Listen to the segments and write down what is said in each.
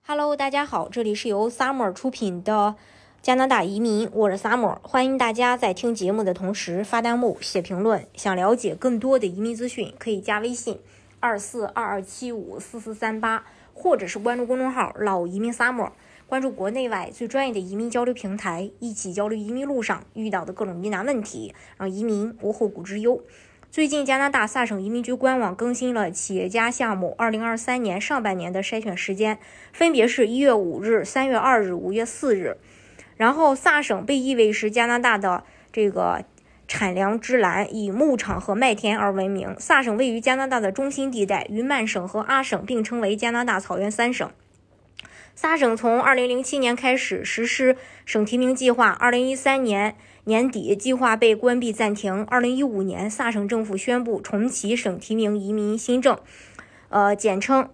Hello， 大家好，这里是由 Summer 出品的加拿大移民，我是 Summer， 欢迎大家在听节目的同时发弹幕、写评论。想了解更多的移民资讯，可以加微信2422754438，或者是关注公众号老移民 Summer， 关注国内外最专业的移民交流平台，一起交流移民路上遇到的各种疑难问题，让移民无后顾之忧。最近加拿大萨省移民局官网更新了企业家项目2023年上半年的筛选时间，分别是1月5日、3月2日、5月4日。然后萨省被誉为是加拿大的这个产粮之蓝，以牧场和麦田而闻名。萨省位于加拿大的中心地带，与曼省和阿省并称为加拿大草原三省。萨省从2007年开始实施省提名计划，2013年年底计划被关闭暂停。2015年萨省政府宣布重启省提名移民新政，简称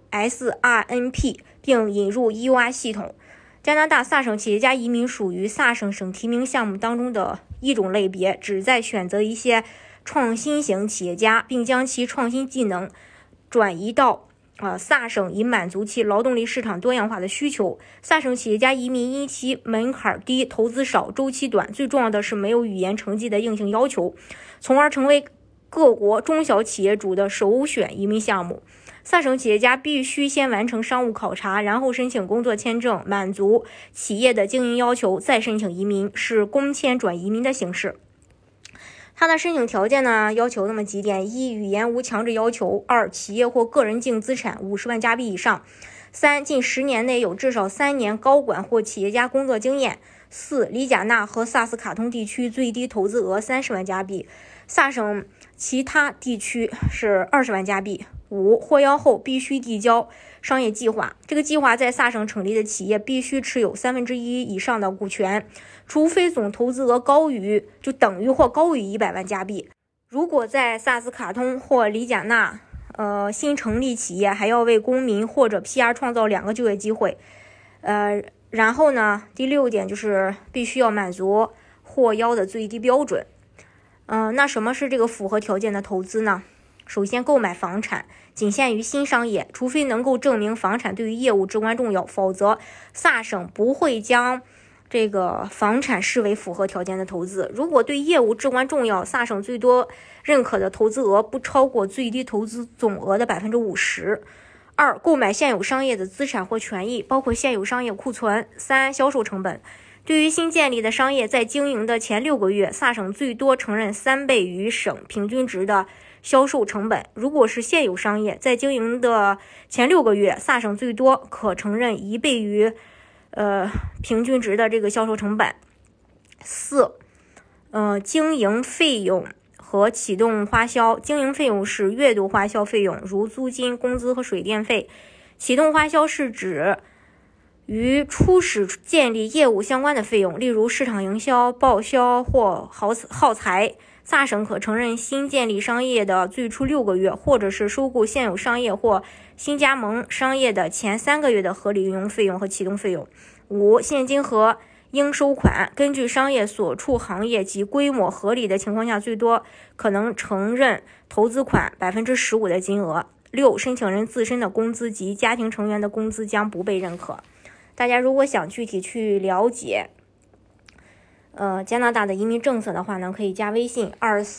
SRNP， 并引入 EUR 系统。加拿大萨省企业家移民属于萨省省提名项目当中的一种类别，旨在选择一些创新型企业家，并将其创新技能转移到萨省，以满足其劳动力市场多样化的需求。萨省企业家移民因其门槛低、投资少、周期短，最重要的是没有语言成绩的硬性要求，从而成为各国中小企业主的首选移民项目。萨省企业家必须先完成商务考察，然后申请工作签证，满足企业的经营要求，再申请移民，是工签转移民的形式。它的申请条件呢，要求那么几点：一、语言无强制要求；二、企业或个人净资产50万加币以上；三、近10年内有至少3年高管或企业家工作经验；四、里贾纳和萨斯卡通地区最低投资额30万加币，萨省其他地区是20万加币；五、获邀后必须递交商业计划，这个计划在萨省成立的企业必须持有1/3以上的股权，除非总投资额等于或高于100万加币。如果在萨斯卡通或里贾纳新成立企业，还要为公民或者 PR 创造2个就业机会。然后呢，第6点就是必须要满足获邀的最低标准。那什么是这个符合条件的投资呢？首先，购买房产仅限于新商业，除非能够证明房产对于业务至关重要，否则萨省不会将这个房产视为符合条件的投资。如果对业务至关重要，萨省最多认可的投资额不超过最低投资总额的50%。二、购买现有商业的资产或权益，包括现有商业库存。三、销售成本。对于新建立的商业，在经营的前6个月，萨省最多承认3倍于省平均值的销售成本。如果是现有商业，在经营的前6个月，萨省最多可承认1倍于平均值的这个销售成本。四、经营费用和启动花销。经营费用是月度花销费用，如租金、工资和水电费。启动花销是指与初始建立业务相关的费用，例如市场营销、报销或耗材。萨省可承认新建立商业的最初6个月，或者是收购现有商业或新加盟商业的前3个月的合理运用费用和启动费用。五、现金和应收款。根据商业所处行业及规模合理的情况下，最多可能承认投资款15%的金额。六、申请人自身的工资及家庭成员的工资将不被认可。大家如果想具体去了解加拿大的移民政策的话呢，可以加微信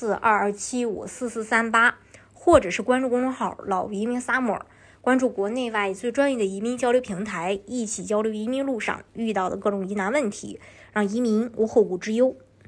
2422754438，或者是关注公众号老移民 Summer， 关注国内外最专业的移民交流平台，一起交流移民路上遇到的各种疑难问题，让移民无后顾之忧。